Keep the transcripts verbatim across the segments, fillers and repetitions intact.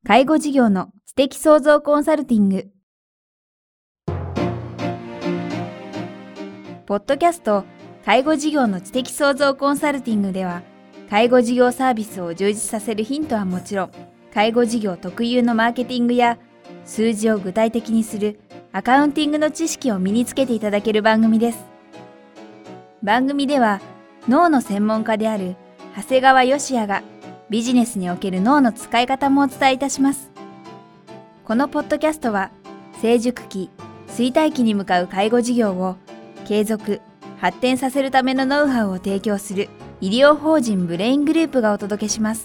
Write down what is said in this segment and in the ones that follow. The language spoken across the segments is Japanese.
介護事業の知的創造コンサルティング。ポッドキャスト介護事業の知的創造コンサルティングでは、介護事業サービスを充実させるヒントはもちろん、介護事業特有のマーケティングや数字を具体的にするアカウンティングの知識を身につけていただける番組です。番組では脳の専門家である長谷川芳也がビジネスにおける脳の使い方もお伝えいたします。このポッドキャストは成熟期、衰退期に向かう介護事業を継続、発展させるためのノウハウを提供する医療法人ブレイングループがお届けします。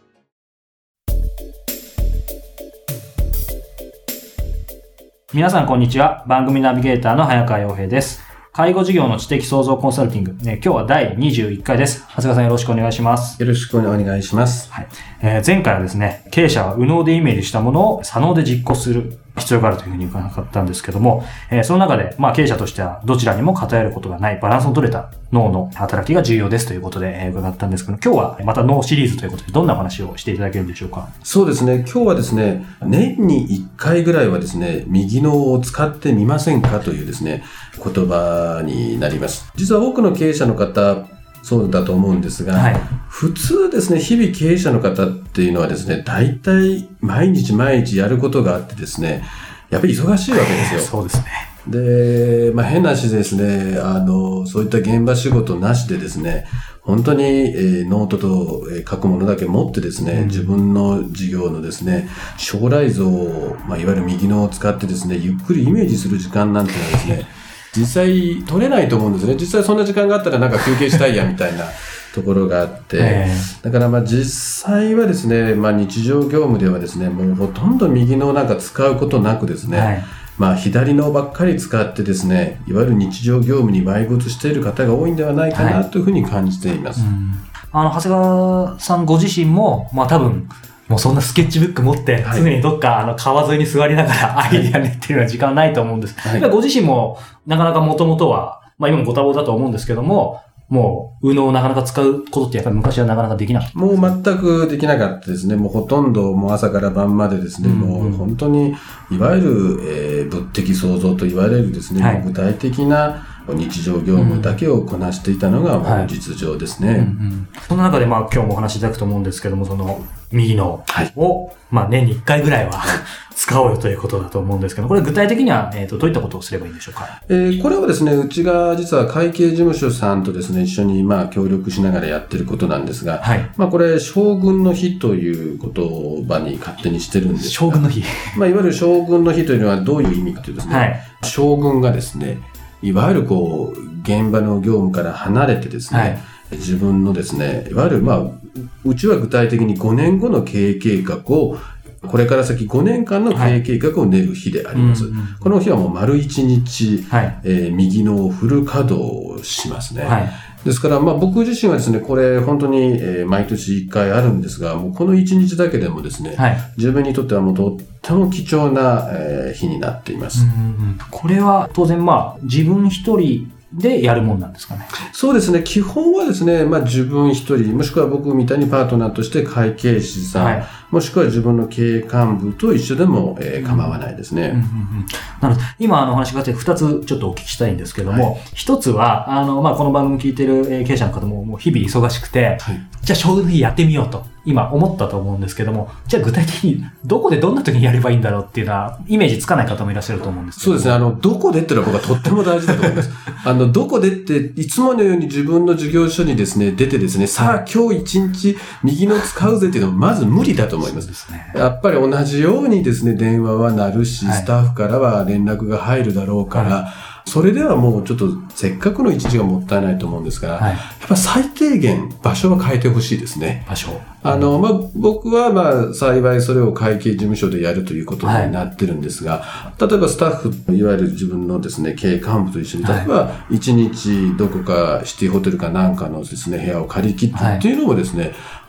皆さんこんにちは。番組ナビゲーターの早川洋平です。介護事業の知的創造コンサルティング、ね、今日はだいにじゅういっかいです。長谷川さんよろしくお願いします。 よろしくお願いします。 はい。えー、前回はですね、経営者は右脳でイメージしたものを左脳で実行する必要があるというふうに伺ったんですけども、えー、その中で、まあ経営者としてはどちらにも偏ることがないバランスの取れた脳の働きが重要ですということで、えー、伺ったんですけど、今日はまた脳シリーズということでどんなお話をしていただけるんでしょうか。 そうですね。今日はですね、年にいっかいぐらいはですね、右脳を使ってみませんかというですね、言葉になります。実は多くの経営者の方、そうだと思うんですが、はい、普通ですね、日々経営者の方っていうのはですね、大体毎日毎日やることがあってですね、やっぱり忙しいわけですよ。 そうですね。 で、まあ、変な話ですね、あの、そういった現場仕事なしでですね、本当に、えー、ノートと、えー、書くものだけ持ってですね、うん、自分の事業のですね、将来像を、まあ、いわゆる右脳を使ってですね、ゆっくりイメージする時間なんていうのはですね、実際取れないと思うんですね。実際そんな時間があったらなんか休憩したいやみたいなところがあって、だからまあ実際はですね、まあ日常業務ではですね、もうほとんど右脳なんか使うことなくですね、はい、まあ左脳ばっかり使ってですね、いわゆる日常業務に埋没している方が多いんではないかなというふうに感じています。 はい、うん、あの長谷川さんご自身もまあ多分もうそんなスケッチブック持って常にどっかあの川沿いに座りながらアイディアねっていうような時間ないと思うんです。はい、ご自身もなかなかもともとは、まあ今もご多忙だと思うんですけども、もう右脳をなかなか使うことってやっぱり昔はなかなかできなかった。 もう全くできなかったですね。もうほとんどもう朝から晩までですね、うんうん、もう本当にいわゆる、えー、物的創造と言われるですね、はい、具体的な日常業務だけをこなしていたのがもう実情ですね。はい、うんうん、 その中でまあ今日もお話しいただくと思うんですけども、その右脳を、はい、まあ年にいっかいぐらいは使おうよということだと思うんですけど、これ具体的には、えーと、どういったことをすればいいんでしょうか。 えー、これはですね、うちが実は会計事務所さんとですね、一緒にまあ協力しながらやってることなんですが、はい、まあこれ将軍の日という言葉に勝手にしてるんですが、 将軍の日。 まあいわゆる将軍の日というのはどういう意味かというとですね、はい、将軍がですね、いわゆるこう、現場の業務から離れてですね、はい、自分のですね、いわゆるまあ、うちは具体的にごねんごの経営計画を、これから先ごねんかんの経営計画を練る日であります。はい、この日はもう丸一日、はい、えー、右脳をフル稼働しますね。はい、ですから、まあ僕自身はですね、これ本当に、えー、毎年いっかいあるんですが、もうこのいちにちだけでもですね、はい、自分にとってはもうとっても貴重な、えー、日になっています。 うんうん、これは当然まあ自分一人でやるもんなんですかね。 そうですね。基本はですね、まあ自分一人、もしくは僕みたいにパートナーとして会計士さん、はい、もしくは自分の経営幹部と一緒でも、えー、構わないですね。うんうんうん、 なるほど。今あの話があってふたつちょっとお聞きしたいんですけども、一、はい、つはあのまあこの番組聞いてる経営者の方ももう日々忙しくて、はい、じゃあ将軍の日やってみようと今思ったと思うんですけども、じゃあ具体的にどこでどんな時にやればいいんだろうっていうのはイメージつかない方もいらっしゃると思うんですけど。 そうですね。あのどこでっていうのは僕はとっても大事だと思います。あのどこでっていつものように自分の事業所にですね出てですね、さあ今日一日右の使うぜっていうのはまず無理だと思います。そうですね。やっぱり同じようにですね電話は鳴るし、はい、スタッフからは連絡が入るだろうから。はい、それではもうちょっとせっかくの一日がもったいないと思うんですが、はい、やっぱ最低限場所は変えてほしいですね。 場所。 あの、まあ、僕はまあ、幸いそれを会計事務所でやるということになってるんですが、はい、例えばスタッフ、いわゆる自分のですね、経営幹部と一緒に、例えば一日どこかシティホテルかなんかのですね、部屋を借り切ってっていうのもですね、はい、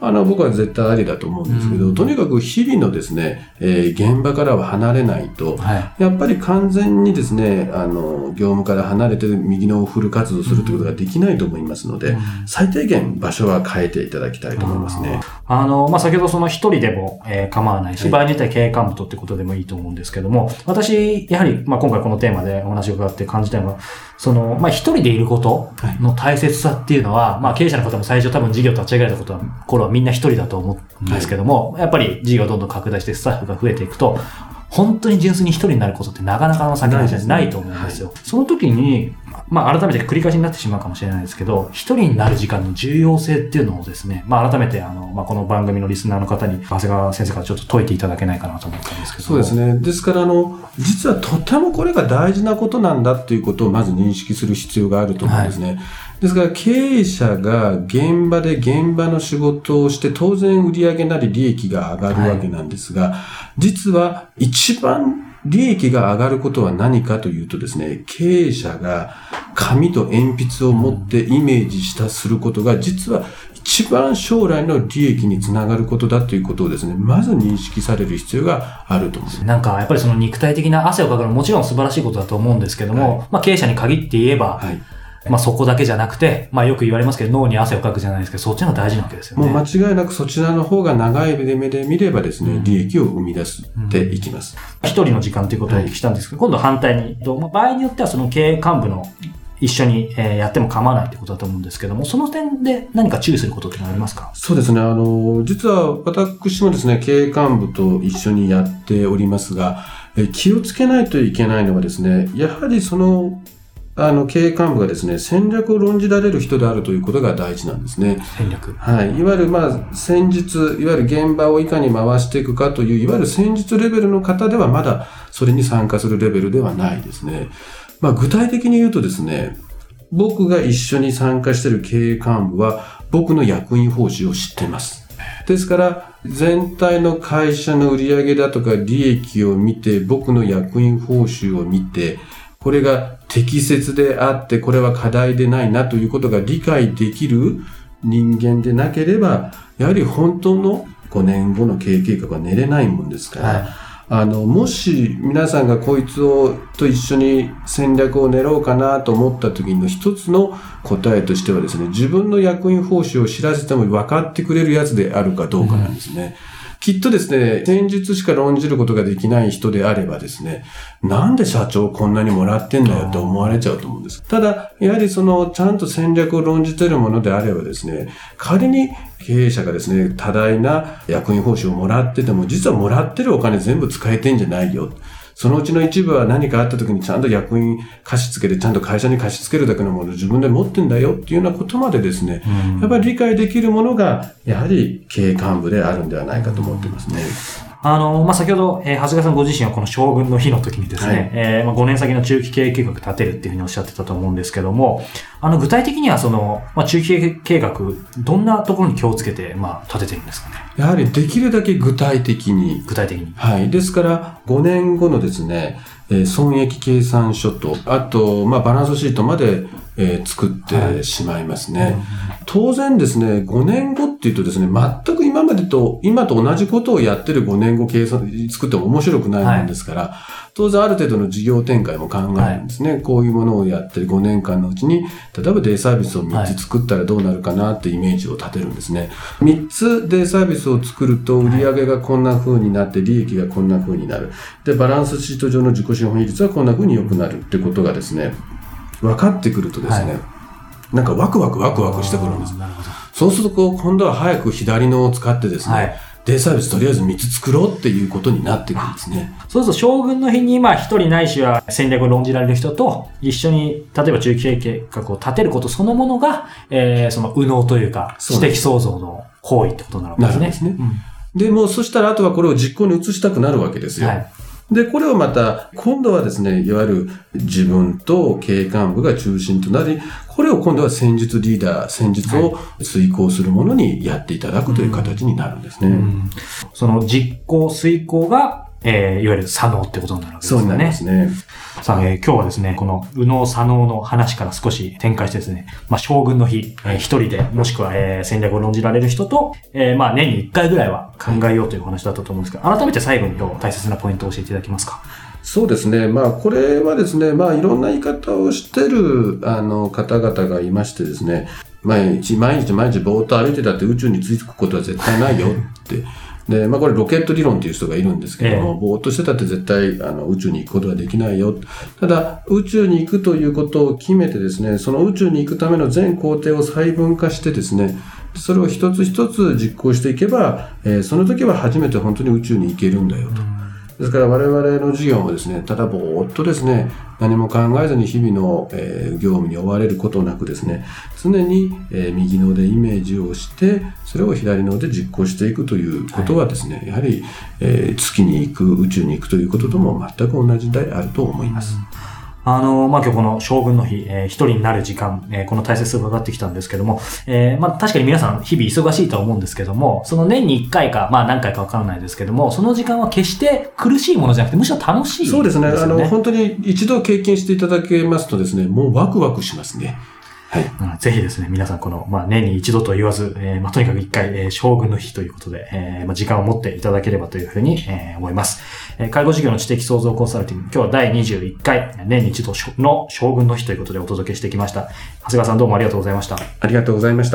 あの、僕は絶対ありだと思うんですけど、 うん、 とにかく日々のですね、えー、現場からは離れないと、 はい、 やっぱり完全にですね、あの、業務から離れて右のフル活動するということができないと思いますので、うん、最低限場所は変えていただきたいと思いますね。 あの、まあ、先ほどその一人でも、えー、構わないし、はい、場合によっては経営幹部とってことでもいいと思うんですけども、私、やはり、まあ、今回このテーマでお話を伺って感じたのは、その、まあ、一人でいることの大切さっていうのは、はい、まあ、経営者の方も最初多分事業立ち上げられたことは、頃はみんな一人だと思うんですけども、はい、やっぱり事業どんどん拡大してスタッフが増えていくと、本当に純粋に一人になることってなかなかの先の話じゃないと思うんですよ。はい、その時に、まあ改めて繰り返しになってしまうかもしれないですけど、一人になる時間の重要性っていうのをですね、まあ改めてあの、まあこの番組のリスナーの方に、長谷川先生からちょっと解いていただけないかなと思ったんですけど。 そうですね。ですからあの、実はとてもこれが大事なことなんだっていうことをまず認識する必要があると思うんですね。はい、ですから経営者が現場で現場の仕事をして当然売上なり利益が上がるわけなんですが、はい、実は一番利益が上がることは何かというとですね、経営者が紙と鉛筆を持ってイメージしたすることが実は一番将来の利益につながることだということをですね、まず認識される必要があると思います。 なんかやっぱりその肉体的な汗をかくのももちろん素晴らしいことだと思うんですけども、はい、まあ経営者に限って言えば、はい、まあそこだけじゃなくて、まあよく言われますけど脳に汗をかくじゃないですけど、そっちのが大事なわけですよね。 もう間違いなくそちらの方が長い目で見ればですね、うん、利益を生み出していきます。 一、うん、人の時間ということをお聞きしたんですけど、はい、今度反対に、まあ、場合によってはその経営幹部の一緒にやっても構わないということだと思うんですけども、その点で何か注意することってのはありますか？ そうですね。あの、実は私もですね、経営幹部と一緒にやっておりますが、気をつけないといけないのはですね、やはりその、あの、経営幹部がですね、戦略を論じられる人であるということが大事なんですね。 戦略。 はい。いわゆる、まあ、戦術、いわゆる現場をいかに回していくかという、いわゆる戦術レベルの方ではまだそれに参加するレベルではないですね。まあ、具体的に言うとですね、僕が一緒に参加している経営幹部は、僕の役員報酬を知っています。ですから、全体の会社の売上だとか利益を見て、僕の役員報酬を見て、これが適切であって、これは課題でないなということが理解できる人間でなければ、やはり本当のごねんごの経営計画は練れないもんですから、はい、あの、もし皆さんがこいつをと一緒に戦略を練ろうかなと思った時の一つの答えとしてはですね、自分の役員報酬を知らせても分かってくれるやつであるかどうかなんですね。うん、きっとですね、戦術しか論じることができない人であればですね、なんで社長こんなにもらってんだよって思われちゃうと思うんです。ただ、やはりその、ちゃんと戦略を論じているものであればですね、仮に経営者がですね、多大な役員報酬をもらってても、実はもらってるお金全部使えてんじゃないよ。そのうちの一部は何かあった時にちゃんと役員貸し付けて、ちゃんと会社に貸し付けるだけのものを自分で持ってんだよっていうようなことまでですね、うん、やっぱり理解できるものが、やはり経営幹部であるんではないかと思っていますね。 あの、まあ、先ほど、えー、長谷川さんご自身はこの将軍の日の時にですね、はい、えー、まあ、ごねん先の中期経営計画立てるっていうふうにおっしゃってたと思うんですけども、あの、具体的にはその、まあ、中期経営計画、どんなところに気をつけて、まあ、立ててるんですかね。 やはりできるだけ具体的に。 具体的に。 はい。ですから、ごねんごのですね、えー、損益計算書と、あと、まあ、バランスシートまで、えー、作ってしまいますね。はい、当然ですね、ごねんごっていうとですね、全く今までと、今と同じことをやってるごねんご計算作っても面白くないもんですから、はい、当然ある程度の事業展開も考えるんですね。はい、こういうものをやってるごねんかんのうちに、例えばデイサービスをみっつ作ったらどうなるかなってイメージを立てるんですね。みっつデイサービスを作ると売上がこんな風になって利益がこんな風になる。で、バランスシート上の自己資本比率はこんな風に良くなるってことがですね、分かってくるとですね、はい、なんかワクワクワクワクしてくるんです。そうするとこう今度は早く左のを使ってですね、はい、デイサービスとりあえずみっつ作ろうっていうことになってくるんですね。 そうすると将軍の日にまあ一人ないしは戦略を論じられる人と一緒に例えば中期経営計画を立てることそのものが、えー、その右脳というか知的創造の行為ってことなのですね。 なるんですね。うん、で、もうそしたらあとはこれを実行に移したくなるわけですよ。はい、で、これをまた、今度はですね、いわゆる自分と経営幹部が中心となり、これを今度は戦術リーダー、戦術を遂行するものにやっていただくという形になるんですね。 はい、うん、その実行、遂行がえー、いわゆる左脳ってことになるわけですね。 そうになりますね。 さあ、えー、今日はですね、この右脳左脳の話から少し展開してですね、まあ、将軍の日、えー、一人で、もしくは、えー、戦略を論じられる人と、えー、まあ、年に一回ぐらいは考えようというお話だったと思うんですけど、改めて最後に今日大切なポイントを教えていただけますか。 そうですね。まあ、これはですね、まあ、いろんな言い方をしてる、あの、方々がいましてですね、毎日、毎日、毎日、ぼーっと歩いてたって宇宙についていくことは絶対ないよって。で、まあ、これロケット理論っていう人がいるんですけども、ええ、ぼーっとしてたって絶対、あの、宇宙に行くことはできないよ。ただ、宇宙に行くということを決めてですね、その宇宙に行くための全工程を細分化してですね、それを一つ一つ実行していけば、えー、その時は初めて本当に宇宙に行けるんだよと。ですから我々の授業もですね、ただぼーっとですね、何も考えずに日々の、えー、業務に追われることなくですね、常に、えー、右脳でイメージをして、それを左脳で実行していくということはですね、はい、やはり、えー、月に行く、宇宙に行くということとも全く同じであると思います。 あの、まあ、今日この将軍の日、えー、一人になる時間、えー、この大切さがかかってきたんですけども、えー、まあ、確かに皆さん日々忙しいとは思うんですけども、その年に一回か、まあ、何回かわからないですけども、その時間は決して苦しいものじゃなくて、むしろ楽しいですよね。 そうですね。あの、本当に一度経験していただけますとですね、もうワクワクしますね。はい。 うん、ぜひですね、皆さんこの、まあ、年に一度と言わず、えー、まあ、とにかく一回、えー、将軍の日ということで、えー、まあ、時間を持っていただければというふうに、えー、思います。えー、介護事業の知的創造コンサルティング、今日はだいにじゅういっかい、年に一度の将軍の日ということでお届けしてきました。長谷川さんどうもありがとうございました。 ありがとうございました。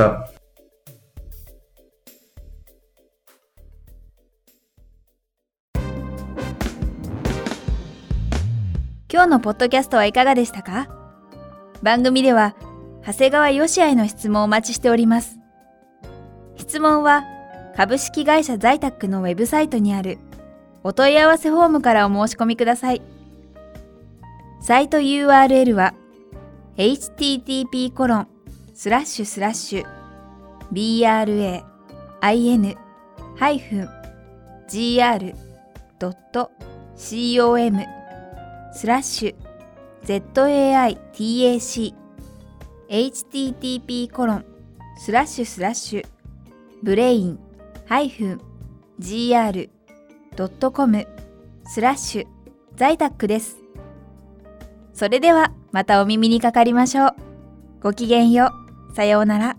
今日のポッドキャストはいかがでしたか？番組では長谷川よしあへの質問をお待ちしております。質問は株式会社在宅のウェブサイトにあるお問い合わせフォームからお申し込みください。サイト ユーアールエル は エイチティーティーピーコロンスラッシュスラッシュビーアールエーアイエヌハイフンジーアールドットコムスラッシュ ゼットエーアイティーエーシー エイチティーティーピーコロンスラッシュスラッシュブレインハイフンジーアールドットコムスラッシュ在宅です。それではまたお耳にかかりましょう。ごきげんよう。さようなら。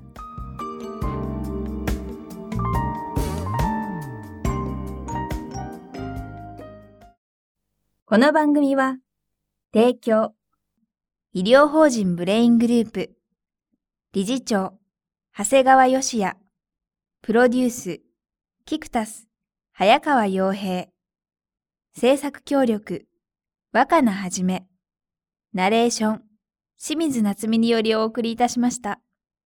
この番組は提供医療法人ブレイングループ理事長長谷川芳也プロデュースキクタス早川洋平制作協力若菜はじめナレーション清水夏美によりお送りいたしました。